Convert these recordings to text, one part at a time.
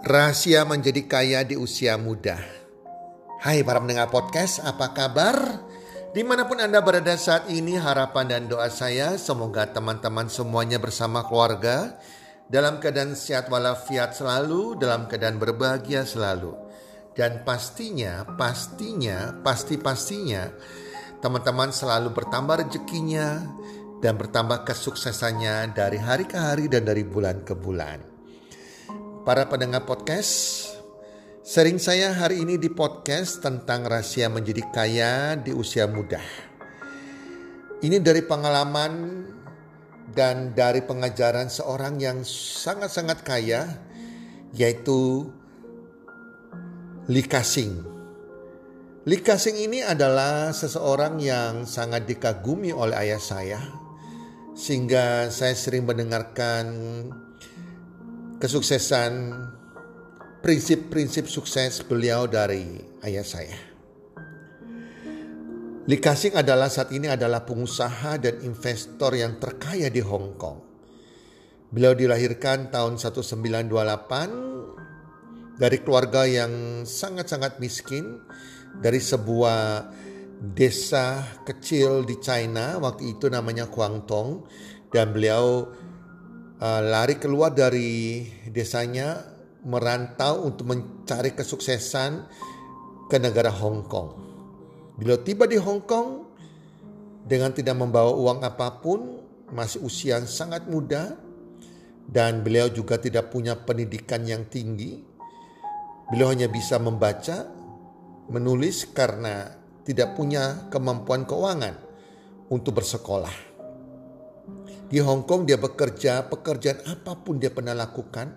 Rahasia menjadi kaya di usia muda. Hai para pendengar podcast, apa kabar? Dimanapun Anda berada saat ini, harapan dan doa saya semoga teman-teman semuanya bersama keluarga dalam keadaan sehat walafiat selalu, dalam keadaan berbahagia selalu. Dan pastinya teman-teman selalu bertambah rezekinya dan bertambah kesuksesannya dari hari ke hari dan dari bulan ke bulan. Para pendengar podcast, sering saya hari ini di podcast tentang rahasia menjadi kaya di usia muda. Ini dari pengalaman dan dari pengajaran seorang yang sangat-sangat kaya, yaitu Li Ka-shing. Li Ka-shing ini adalah seseorang yang sangat dikagumi oleh ayah saya, sehingga saya sering mendengarkan kesuksesan, prinsip-prinsip sukses beliau dari ayah saya. Li Ka-shing saat ini adalah pengusaha dan investor yang terkaya di Hong Kong. Beliau dilahirkan tahun 1928 dari keluarga yang sangat-sangat miskin, dari sebuah desa kecil di China, waktu itu namanya Guangdong, dan beliau lari keluar dari desanya, merantau untuk mencari kesuksesan ke negara Hong Kong. Beliau tiba di Hong Kong dengan tidak membawa uang apapun, masih usia yang sangat muda, dan beliau juga tidak punya pendidikan yang tinggi. Beliau hanya bisa membaca, menulis karena tidak punya kemampuan keuangan untuk bersekolah. Di Hong Kong dia bekerja, pekerjaan apapun dia pernah lakukan.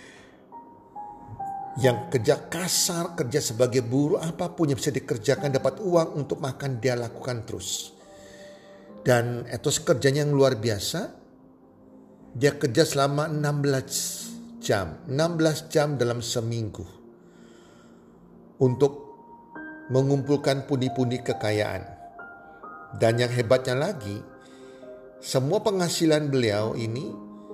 Yang kerja kasar, kerja sebagai buruh, apapun yang bisa dikerjakan dapat uang untuk makan dia lakukan terus. Dan etos kerjanya yang luar biasa. Dia kerja selama 16 jam dalam seminggu. Untuk mengumpulkan pundi-pundi kekayaan. Dan yang hebatnya lagi, semua penghasilan beliau ini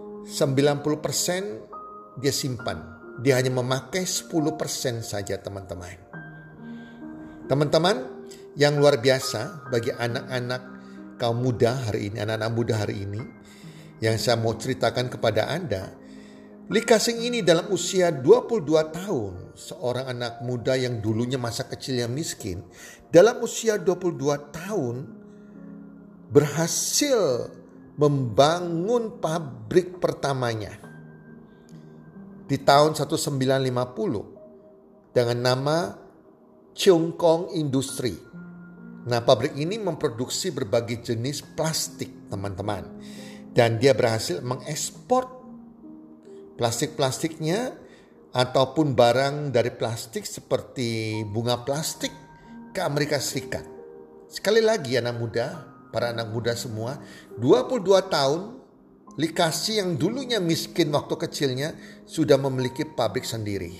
90% dia simpan. Dia hanya memakai 10% saja teman-teman. Teman-teman yang luar biasa bagi anak-anak kaum muda hari ini, anak-anak muda hari ini, yang saya mau ceritakan kepada Anda. Li Ka-shing ini dalam usia 22 tahun, seorang anak muda yang dulunya masa kecilnya miskin, dalam usia 22 tahun berhasil membangun pabrik pertamanya di tahun 1950 dengan nama Cheung Kong Industry. Nah, pabrik ini memproduksi berbagai jenis plastik, teman-teman. Dan dia berhasil mengekspor plastik-plastiknya ataupun barang dari plastik seperti bunga plastik ke Amerika Serikat. Sekali lagi anak muda, para anak muda semua, 22 tahun, Li Ka-shing yang dulunya miskin waktu kecilnya sudah memiliki pabrik sendiri.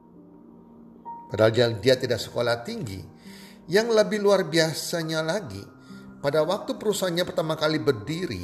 Padahal dia tidak sekolah tinggi. Yang lebih luar biasanya lagi, pada waktu perusahaannya pertama kali berdiri,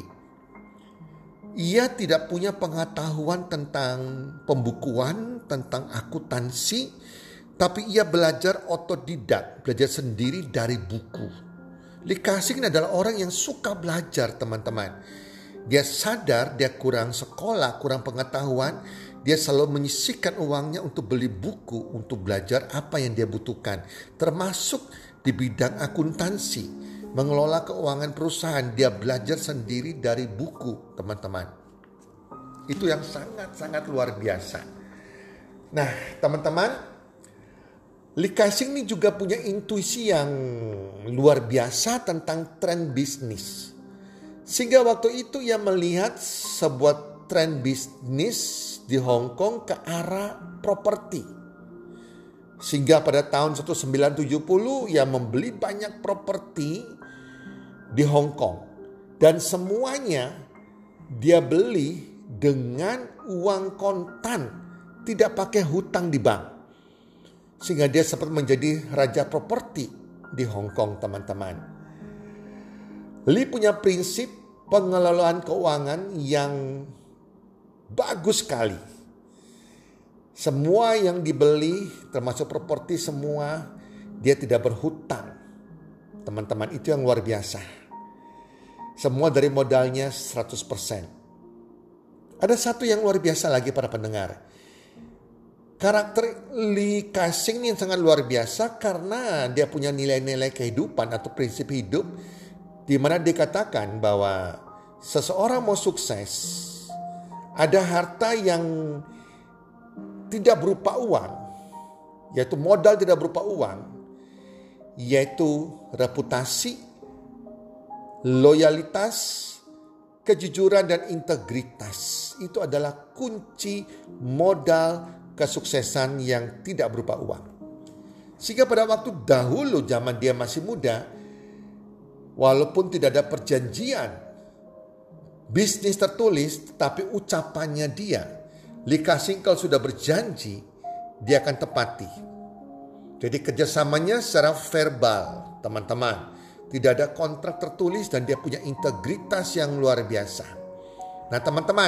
ia tidak punya pengetahuan tentang pembukuan, tentang akuntansi, tapi ia belajar otodidak, belajar sendiri dari buku. Li Ka-shing adalah orang yang suka belajar, teman-teman. Dia sadar dia kurang sekolah, kurang pengetahuan. Dia selalu menyisihkan uangnya untuk beli buku, untuk belajar apa yang dia butuhkan. Termasuk di bidang akuntansi, mengelola keuangan perusahaan. Dia belajar sendiri dari buku, teman-teman. Itu yang sangat-sangat luar biasa. Nah, teman-teman, Li Ka-shing ini juga punya intuisi yang luar biasa tentang tren bisnis. Sehingga waktu itu ia melihat sebuah tren bisnis di Hong Kong ke arah properti. Sehingga pada tahun 1970 ia membeli banyak properti di Hong Kong. Dan semuanya dia beli dengan uang kontan, tidak pakai hutang di bank. Sehingga dia sempat menjadi raja properti di Hong Kong, teman-teman. Li punya prinsip pengelolaan keuangan yang bagus sekali. Semua yang dibeli termasuk properti semua, dia tidak berhutang. Teman-teman, itu yang luar biasa. Semua dari modalnya 100%. Ada satu yang luar biasa lagi para pendengar. Karakter Lee Ka-shing ini sangat luar biasa karena dia punya nilai-nilai kehidupan atau prinsip hidup di mana dikatakan bahwa seseorang mau sukses, ada harta yang tidak berupa uang, yaitu modal tidak berupa uang, yaitu reputasi, loyalitas, kejujuran dan integritas. Itu adalah kunci modal kesuksesan yang tidak berupa uang. Sehingga pada waktu dahulu zaman dia masih muda, walaupun tidak ada perjanjian bisnis tertulis, tetapi ucapannya dia, Lee Ka-shing kalau sudah berjanji, dia akan tepati. Jadi kerjasamanya secara verbal, teman-teman. Tidak ada kontrak tertulis dan dia punya integritas yang luar biasa. Nah teman-teman,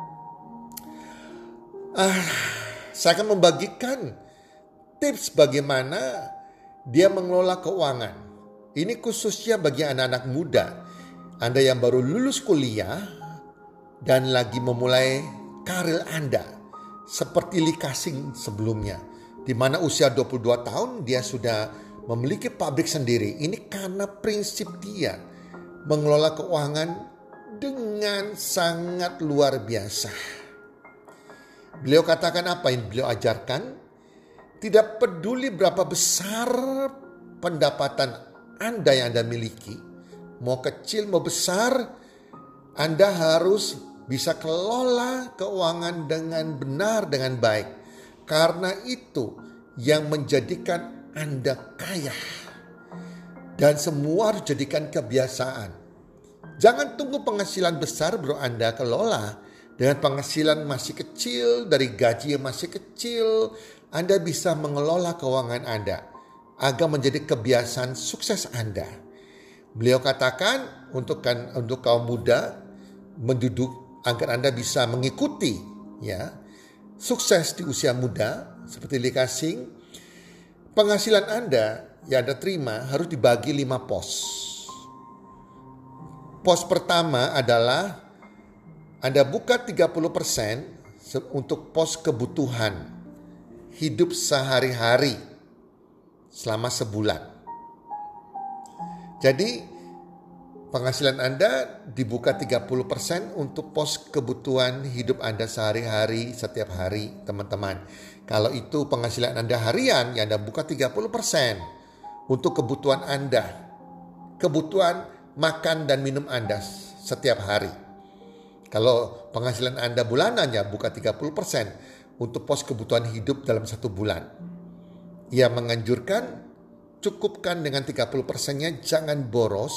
saya akan membagikan tips bagaimana dia mengelola keuangan. Ini khususnya bagi anak-anak muda. Anda yang baru lulus kuliah dan lagi memulai karir Anda. Seperti Lee Ka-shing sebelumnya. Di mana usia 22 tahun dia sudah memiliki pabrik sendiri. Ini karena prinsip dia mengelola keuangan dengan sangat luar biasa. Beliau katakan apa yang beliau ajarkan? Tidak peduli berapa besar pendapatan Anda yang Anda miliki, mau kecil mau besar, Anda harus bisa kelola keuangan dengan benar, dengan baik. Karena itu yang menjadikan Anda kaya. Dan semua harus jadikan kebiasaan. Jangan tunggu penghasilan besar baru Anda kelola. Dengan penghasilan masih kecil, dari gaji yang masih kecil, Anda bisa mengelola keuangan Anda agar menjadi kebiasaan sukses Anda. Beliau katakan untuk kaum muda menduduk agar Anda bisa mengikuti sukses di usia muda seperti Lee Ka-shing. Penghasilan Anda yang Anda terima harus dibagi 5 pos. Pos pertama adalah Anda buka 30% untuk pos kebutuhan hidup sehari-hari selama sebulan. Jadi penghasilan Anda dibuka 30% untuk pos kebutuhan hidup Anda sehari-hari setiap hari, teman-teman. Kalau itu penghasilan Anda harian, ya Anda buka 30% untuk kebutuhan Anda. Kebutuhan makan dan minum Anda setiap hari. Kalau penghasilan Anda bulanan, ya buka 30% untuk pos kebutuhan hidup dalam 1 bulan. Ia menganjurkan cukupkan dengan 30%-nya, jangan boros.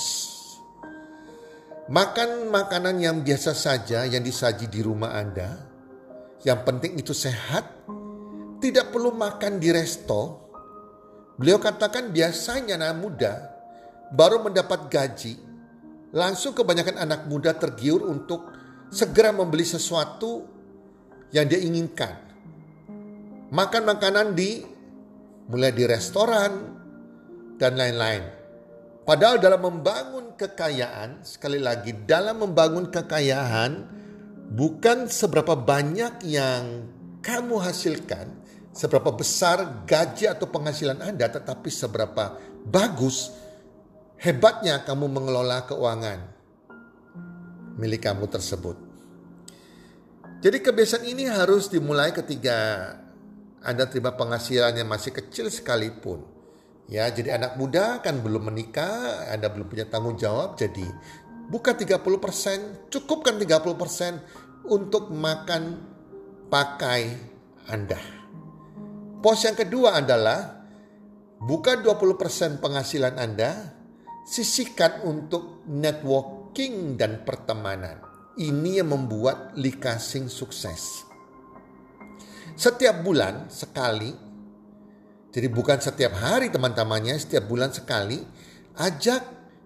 Makan makanan yang biasa saja yang disaji di rumah Anda. Yang penting itu sehat. Tidak perlu makan di resto. Beliau katakan biasanya anak muda baru mendapat gaji, langsung kebanyakan anak muda tergiur untuk segera membeli sesuatu yang dia inginkan. Makan makanan mulai di restoran dan lain-lain. Padahal dalam membangun kekayaan, sekali lagi dalam membangun kekayaan bukan seberapa banyak yang kamu hasilkan, seberapa besar gaji atau penghasilan Anda, tetapi seberapa bagus, hebatnya kamu mengelola keuangan milik kamu tersebut. Jadi kebiasaan ini harus dimulai ketika Anda terima penghasilan yang masih kecil sekalipun. Ya, jadi anak muda kan belum menikah, Anda belum punya tanggung jawab, jadi buka 30%, cukupkan 30% untuk makan pakai Anda. Pos yang kedua adalah buka 20% penghasilan Anda, sisihkan untuk networking dan pertemanan. Ini yang membuat Lee Ka-shing sukses. Setiap bulan sekali, jadi bukan setiap hari teman-temannya, setiap bulan sekali, ajak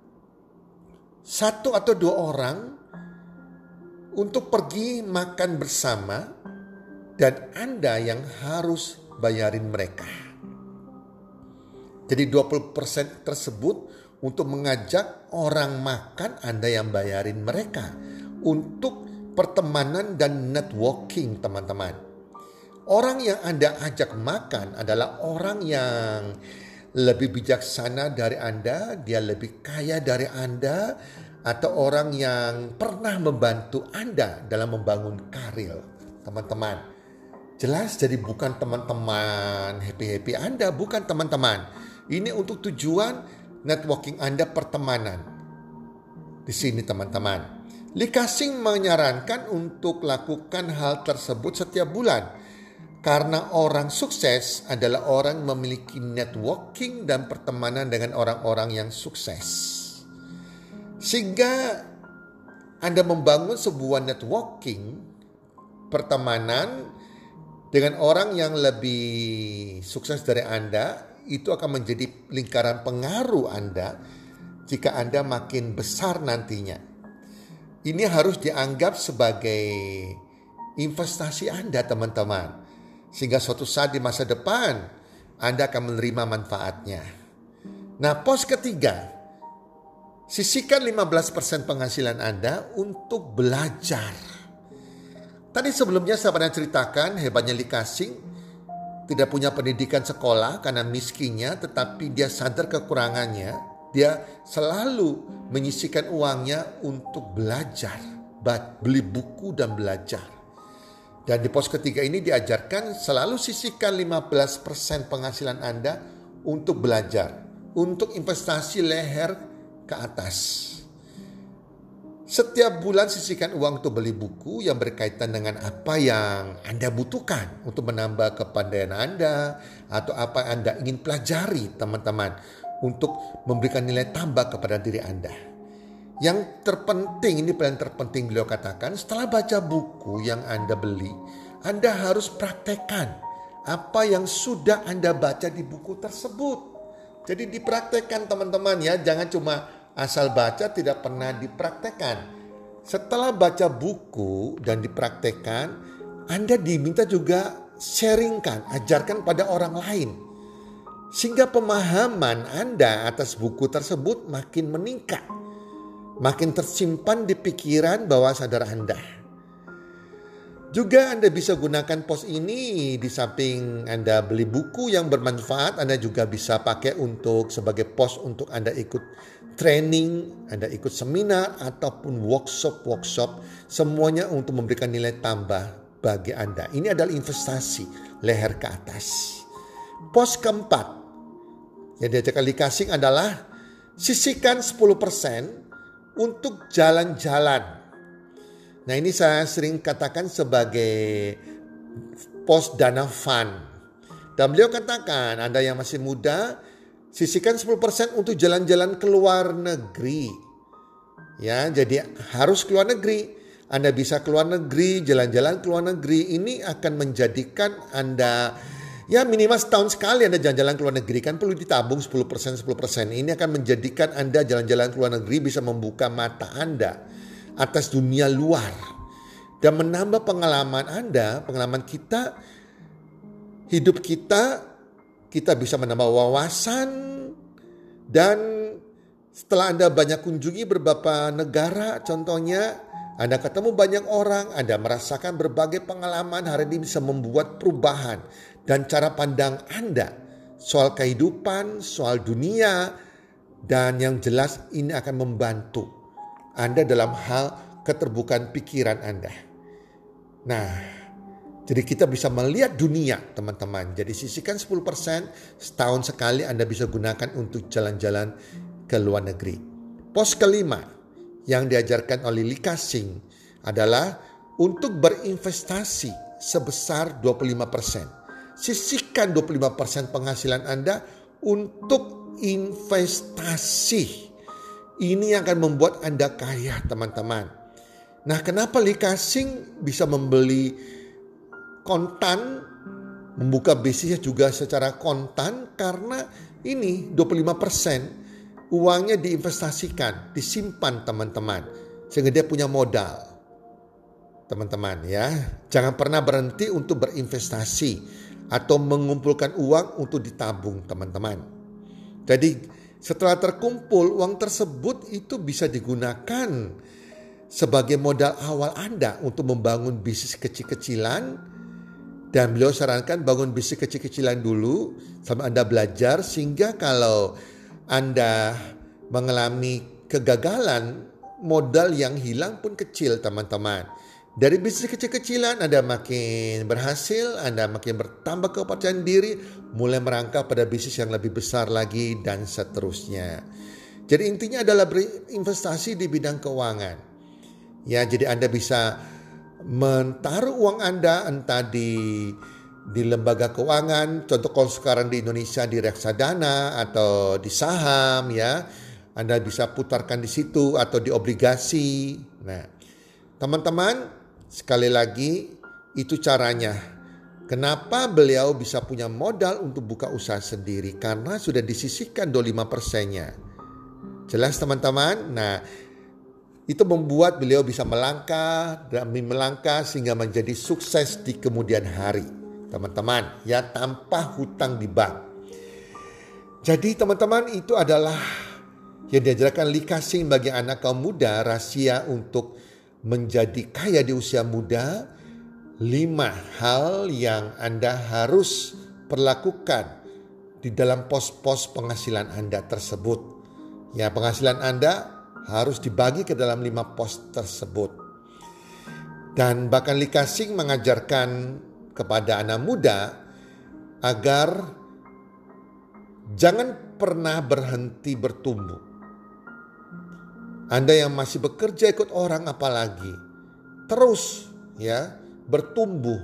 1 atau 2 orang untuk pergi makan bersama dan Anda yang harus bayarin mereka. Jadi 20% tersebut untuk mengajak orang makan, Anda yang bayarin mereka. Untuk pertemanan dan networking, teman-teman. Orang yang Anda ajak makan adalah orang yang lebih bijaksana dari Anda, dia lebih kaya dari Anda, atau orang yang pernah membantu Anda dalam membangun karir, teman-teman. Jelas jadi bukan teman-teman happy-happy Anda, bukan teman-teman. Ini untuk tujuan networking Anda, pertemanan. Di sini teman-teman. Lee Ka-shing menyarankan untuk lakukan hal tersebut setiap bulan. Karena orang sukses adalah orang memiliki networking dan pertemanan dengan orang-orang yang sukses. Sehingga Anda membangun sebuah networking, pertemanan dengan orang yang lebih sukses dari Anda, itu akan menjadi lingkaran pengaruh Anda jika Anda makin besar nantinya. Ini harus dianggap sebagai investasi Anda, teman-teman. Sehingga suatu saat di masa depan Anda akan menerima manfaatnya. Nah, pos ketiga, sisihkan 15% penghasilan Anda untuk belajar. Tadi sebelumnya saya pernah ceritakan hebatnya Lee Ka-shing, tidak punya pendidikan sekolah karena miskinnya, tetapi dia sadar kekurangannya. Dia selalu menyisihkan uangnya untuk belajar, beli buku dan belajar. Dan di pos ketiga ini diajarkan selalu sisihkan 15% penghasilan Anda untuk belajar, untuk investasi leher ke atas. Setiap bulan sisihkan uang untuk beli buku yang berkaitan dengan apa yang Anda butuhkan untuk menambah kepandaian Anda atau apa yang Anda ingin pelajari, teman-teman, untuk memberikan nilai tambah kepada diri Anda. Yang terpenting, ini paling terpenting beliau katakan, setelah baca buku yang Anda beli, Anda harus praktekkan apa yang sudah Anda baca di buku tersebut. Jadi dipraktekkan, teman-teman ya, jangan cuma asal baca tidak pernah dipraktekkan. Setelah baca buku dan dipraktekkan, Anda diminta juga sharingkan, ajarkan pada orang lain. Sehingga pemahaman Anda atas buku tersebut makin meningkat. Makin tersimpan di pikiran bawah sadar Anda. Juga Anda bisa gunakan pos ini di samping Anda beli buku yang bermanfaat, Anda juga bisa pakai untuk sebagai pos untuk Anda ikut training, Anda ikut seminar ataupun workshop, semuanya untuk memberikan nilai tambah bagi Anda. Ini adalah investasi leher ke atas. Pos keempat yang diajarkan Lee Ka-shing adalah sisihkan 10% untuk jalan-jalan. Nah, ini saya sering katakan sebagai pos dana fund. Dan beliau katakan, Anda yang masih muda, sisihkan 10% untuk jalan-jalan ke luar negeri. Ya, jadi harus ke luar negeri. Anda bisa ke luar negeri, jalan-jalan ke luar negeri. Ini akan menjadikan Anda, ya minimal setahun sekali Anda jalan-jalan ke luar negeri. Kan perlu ditabung 10%. Ini akan menjadikan Anda jalan-jalan ke luar negeri bisa membuka mata Anda atas dunia luar. Dan menambah pengalaman Anda, pengalaman kita, hidup kita bisa menambah wawasan. Dan setelah Anda banyak kunjungi beberapa negara, contohnya Anda ketemu banyak orang, Anda merasakan berbagai pengalaman, hari ini bisa membuat perubahan. Dan cara pandang Anda soal kehidupan, soal dunia, dan yang jelas ini akan membantu Anda dalam hal keterbukaan pikiran Anda. Nah, jadi kita bisa melihat dunia, teman-teman. Jadi sisihkan 10%, setahun sekali Anda bisa gunakan untuk jalan-jalan ke luar negeri. Pos kelima yang diajarkan oleh Lee Ka-shing adalah untuk berinvestasi sebesar 25%. Sisihkan 25% penghasilan Anda untuk investasi. Ini akan membuat Anda kaya, teman-teman. Nah, kenapa Lee Ka-shing bisa membeli kontan, membuka bisnisnya juga secara kontan? Karena ini 25% uangnya diinvestasikan, disimpan, teman-teman. Sehingga dia punya modal. teman-teman ya. Jangan pernah berhenti untuk berinvestasi atau mengumpulkan uang untuk ditabung, teman-teman. Jadi setelah terkumpul, uang tersebut itu bisa digunakan sebagai modal awal Anda untuk membangun bisnis kecil-kecilan. Dan beliau sarankan bangun bisnis kecil-kecilan dulu sampai Anda belajar, sehingga kalau Anda mengalami kegagalan, modal yang hilang pun kecil, teman-teman. Dari bisnis kecil-kecilan Anda makin berhasil, Anda makin bertambah kepercayaan diri, mulai merangkak pada bisnis yang lebih besar lagi dan seterusnya. Jadi intinya adalah berinvestasi di bidang keuangan. Ya, jadi Anda bisa menaruh uang Anda entah di lembaga keuangan, contoh kalau sekarang di Indonesia di reksadana atau di saham ya, Anda bisa putarkan di situ atau di obligasi. Nah, teman-teman, sekali lagi itu caranya. Kenapa beliau bisa punya modal untuk buka usaha sendiri? Karena sudah disisihkan 25%-nya. Jelas teman-teman? Nah, itu membuat beliau bisa melangkah demi melangkah sehingga menjadi sukses di kemudian hari. Teman-teman, ya, tanpa hutang di bank. Jadi teman-teman, itu adalah yang diajarkan Lee Ka-shing bagi anak kaum muda, rahasia untuk menjadi kaya di usia muda. 5 hal yang Anda harus perlakukan di dalam pos-pos penghasilan Anda tersebut. Ya, penghasilan Anda harus dibagi ke dalam 5 pos tersebut. Dan bahkan Lee Ka-shing mengajarkan kepada anak muda agar jangan pernah berhenti bertumbuh. Anda yang masih bekerja ikut orang apalagi, terus ya bertumbuh,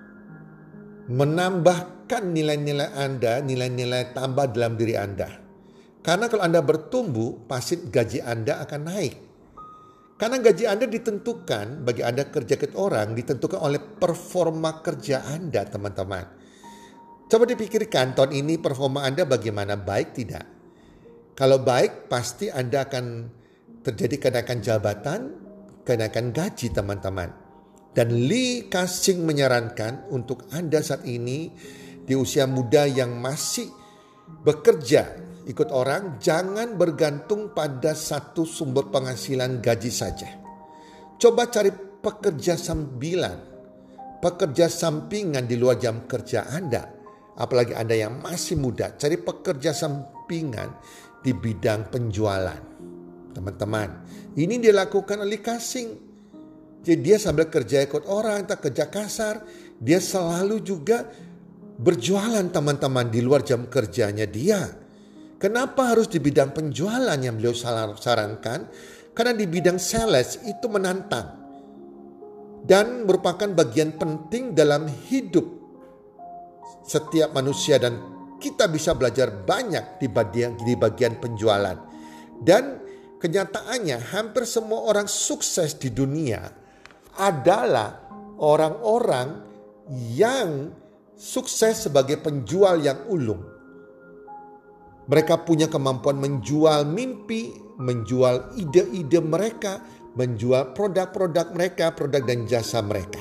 menambahkan nilai-nilai Anda, nilai-nilai tambah dalam diri Anda. Karena kalau Anda bertumbuh, pasti gaji Anda akan naik. Karena gaji Anda ditentukan, bagi Anda kerja ikut orang, ditentukan oleh performa kerja Anda, teman-teman. Coba dipikirkan tahun ini performa Anda bagaimana, baik tidak? Kalau baik, pasti Anda akan terjadi kenaikan jabatan, kenaikan gaji, teman-teman. Dan Lee Ka-shing menyarankan untuk Anda saat ini di usia muda yang masih bekerja ikut orang, jangan bergantung pada satu sumber penghasilan gaji saja. Coba cari pekerja sambilan, pekerja sampingan di luar jam kerja Anda. Apalagi Anda yang masih muda, cari pekerja sampingan di bidang penjualan. Teman-teman, ini dilakukan oleh Ka-shing. Jadi dia sambil kerja ikut orang, entah kerja kasar, dia selalu juga berjualan, teman-teman, di luar jam kerjanya dia. Kenapa harus di bidang penjualan yang beliau sarankan? Karena di bidang sales itu menantang dan merupakan bagian penting dalam hidup setiap manusia, dan kita bisa belajar banyak di bagian penjualan. Dan kenyataannya hampir semua orang sukses di dunia adalah orang-orang yang sukses sebagai penjual yang ulung. Mereka punya kemampuan menjual mimpi, menjual ide-ide mereka, menjual produk-produk mereka, produk dan jasa mereka.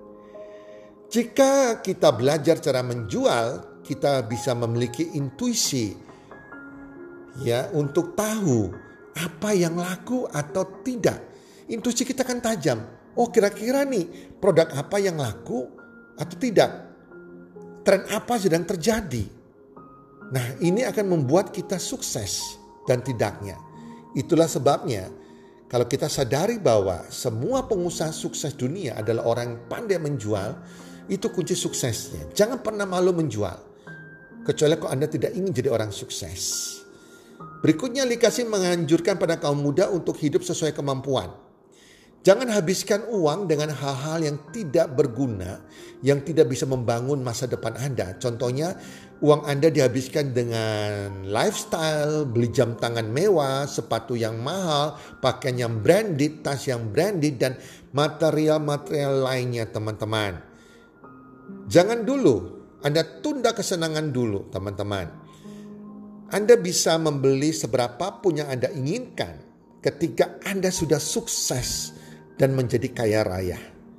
Jika kita belajar cara menjual, kita bisa memiliki intuisi ya untuk tahu apa yang laku atau tidak. Intuisi kita kan tajam. Oh, kira-kira nih produk apa yang laku atau tidak? Tren apa sedang terjadi? Nah, ini akan membuat kita sukses dan tidaknya. Itulah sebabnya kalau kita sadari bahwa semua pengusaha sukses dunia adalah orang yang pandai menjual, itu kunci suksesnya. Jangan pernah malu menjual. Kecuali kalau Anda tidak ingin jadi orang sukses. Berikutnya Lee Ka-shing menganjurkan pada kaum muda untuk hidup sesuai kemampuan. Jangan habiskan uang dengan hal-hal yang tidak berguna, yang tidak bisa membangun masa depan Anda. Contohnya, uang Anda dihabiskan dengan lifestyle, beli jam tangan mewah, sepatu yang mahal, pakaian yang branded, tas yang branded, dan material-material lainnya, teman-teman. Jangan dulu, Anda tunda kesenangan dulu, teman-teman. Anda bisa membeli seberapapun yang Anda inginkan ketika Anda sudah sukses dan menjadi kaya raya.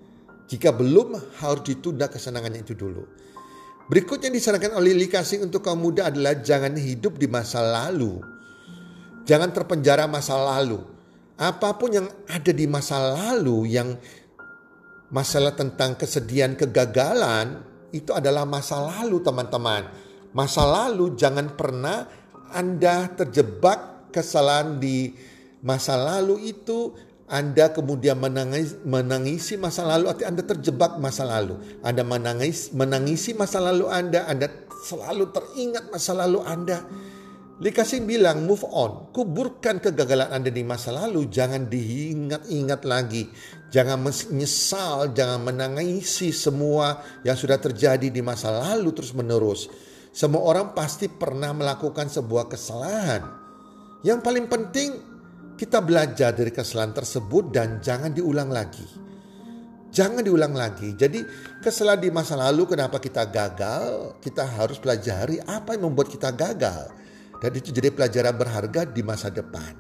Jika belum, harus ditunda kesenangannya itu dulu. Berikutnya disarankan oleh Lee Ka-shing untuk kaum muda adalah jangan hidup di masa lalu. Jangan terpenjara masa lalu. Apapun yang ada di masa lalu, yang masalah tentang kesedihan, kegagalan, itu adalah masa lalu teman-teman. Masa lalu, jangan pernah Anda terjebak kesalahan di masa lalu itu. Anda kemudian menangisi masa lalu, artinya Anda terjebak masa lalu. Anda menangisi masa lalu Anda selalu teringat masa lalu Anda. Lee Ka-shing bilang move on, kuburkan kegagalan Anda di masa lalu, jangan diingat-ingat lagi. Jangan menyesal, jangan menangisi semua yang sudah terjadi di masa lalu terus menerus. Semua orang pasti pernah melakukan sebuah kesalahan. Yang paling penting, kita belajar dari kesalahan tersebut dan jangan diulang lagi. Jangan diulang lagi. Jadi kesalahan di masa lalu kenapa kita gagal, kita harus pelajari apa yang membuat kita gagal. Dan itu jadi pelajaran berharga di masa depan.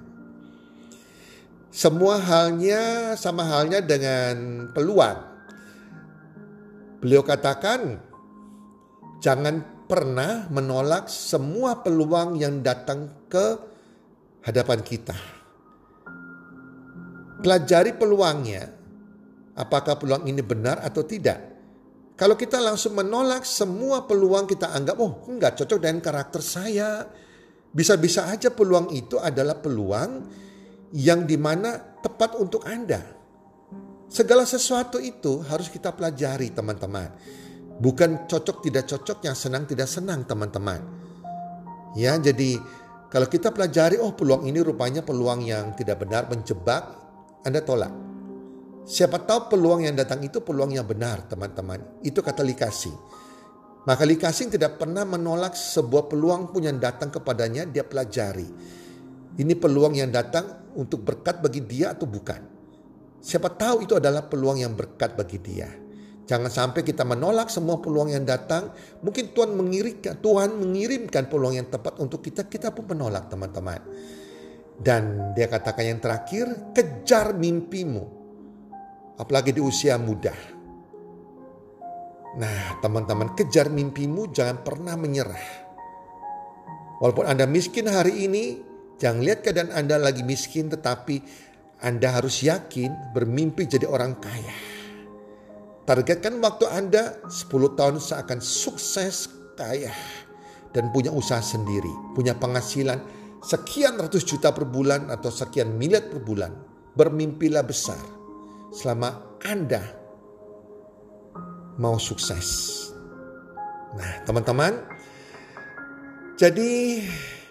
Semua halnya sama halnya dengan peluang. Beliau katakan, jangan pernah menolak semua peluang yang datang ke hadapan kita. Pelajari peluangnya, apakah peluang ini benar atau tidak. Kalau kita langsung menolak semua peluang, kita anggap, oh enggak cocok dengan karakter saya. Bisa-bisa aja peluang itu adalah peluang yang dimana tepat untuk Anda. Segala sesuatu itu harus kita pelajari teman-teman. Bukan cocok tidak cocok, yang senang tidak senang teman-teman. Ya, jadi kalau kita pelajari, oh peluang ini rupanya peluang yang tidak benar, menjebak, Anda tolak. Siapa tahu peluang yang datang itu peluang yang benar teman-teman. Itu kata Lee Ka-shing. Maka Lee Ka-shing tidak pernah menolak sebuah peluang pun yang datang kepadanya, dia pelajari. Ini peluang yang datang untuk berkat bagi dia atau bukan. Siapa tahu itu adalah peluang yang berkat bagi dia. Jangan sampai kita menolak semua peluang yang datang. Mungkin Tuhan mengirimkan peluang yang tepat untuk kita, kita pun menolak teman-teman. Dan dia katakan yang terakhir, kejar mimpimu. Apalagi di usia muda. Nah teman-teman, kejar mimpimu, jangan pernah menyerah. Walaupun Anda miskin hari ini, jangan lihat keadaan Anda lagi miskin, tetapi Anda harus yakin bermimpi jadi orang kaya. Targetkan waktu Anda 10 tahun seakan sukses, kaya, dan punya usaha sendiri, punya penghasilan sekian ratus juta per bulan atau sekian miliar per bulan. Bermimpilah besar selama Anda mau sukses. Nah teman-teman, jadi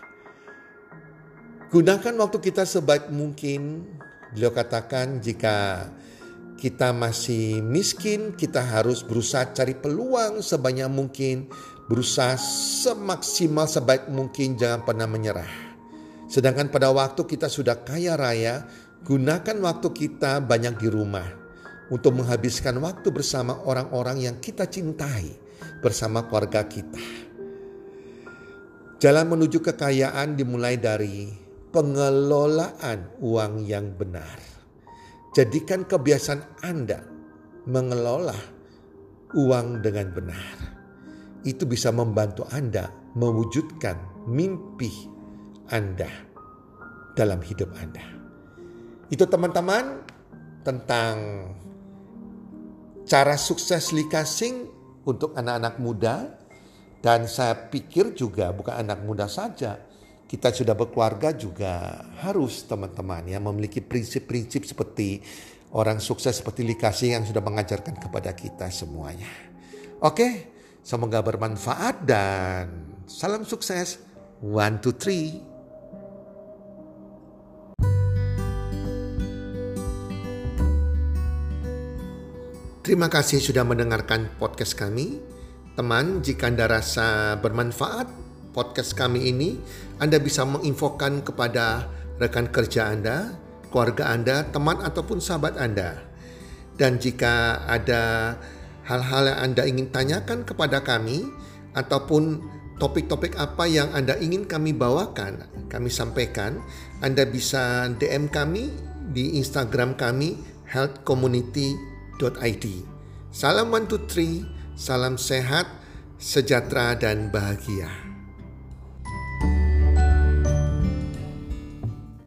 gunakan waktu kita sebaik mungkin. Beliau katakan jika kita masih miskin, kita harus berusaha cari peluang sebanyak mungkin. Berusaha semaksimal sebaik mungkin, jangan pernah menyerah. Sedangkan pada waktu kita sudah kaya raya, gunakan waktu kita banyak di rumah untuk menghabiskan waktu bersama orang-orang yang kita cintai, bersama keluarga kita. Jalan menuju kekayaan dimulai dari pengelolaan uang yang benar. Jadikan kebiasaan Anda mengelola uang dengan benar. Itu bisa membantu Anda mewujudkan mimpi Anda dalam hidup Anda. Itu teman-teman tentang cara sukses Lee Ka-shing untuk anak-anak muda. Dan saya pikir juga bukan anak muda saja, kita sudah berkeluarga juga harus teman-teman ya memiliki prinsip-prinsip seperti orang sukses seperti Lee Ka-shing yang sudah mengajarkan kepada kita semuanya. Oke, semoga bermanfaat dan salam sukses. 1, 2, 3. Terima kasih sudah mendengarkan podcast kami. Teman, jika Anda rasa bermanfaat podcast kami ini, Anda bisa menginfokan kepada rekan kerja Anda, keluarga Anda, teman ataupun sahabat Anda. Dan jika ada hal-hal yang Anda ingin tanyakan kepada kami, ataupun topik-topik apa yang Anda ingin kami bawakan, kami sampaikan, Anda bisa DM kami di Instagram kami healthcommunity.id. Salam 1, 2, 3, salam sehat, sejahtera dan bahagia.